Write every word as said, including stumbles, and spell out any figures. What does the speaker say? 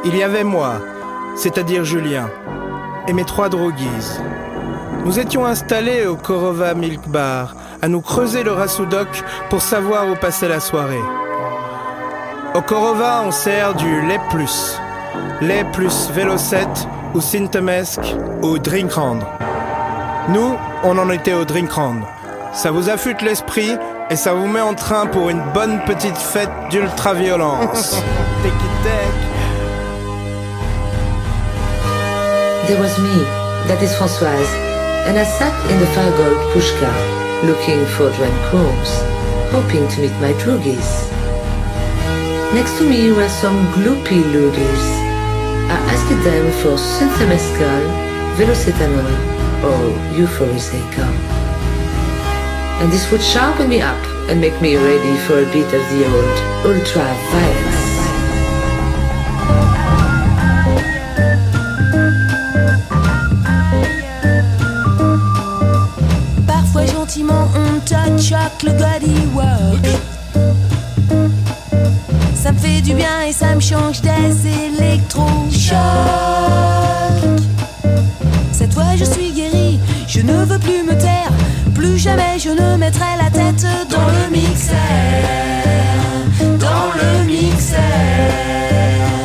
Il y avait moi, c'est-à-dire Julien, et mes trois droguises. Nous étions installés au Korova Milk Bar, à nous creuser le rasoudoc pour savoir où passer la soirée. Au Korova, on sert du lait plus. Lait plus Vélocette ou Sintemesque ou Drinkrand. Nous, on en était au Drinkrand. Ça vous affûte l'esprit et ça vous met en train pour une bonne petite fête d'ultra-violence. Teki-tek. There was me, that is Françoise, and I sat in the Fargold pushka, looking for Drencombs, hoping to meet my droogies. Next to me were some gloopy loodies. I asked them for Synthemescal, Velocetanol, or Euphorizecum. And this would sharpen me up and make me ready for a bit of the old ultra-violence. On touch le body work. Ça me fait du bien et ça me change des électrochocs. Cette fois je suis guérie, je ne veux plus me taire. Plus jamais je ne mettrai la tête dans le mixeur. Dans le mixeur.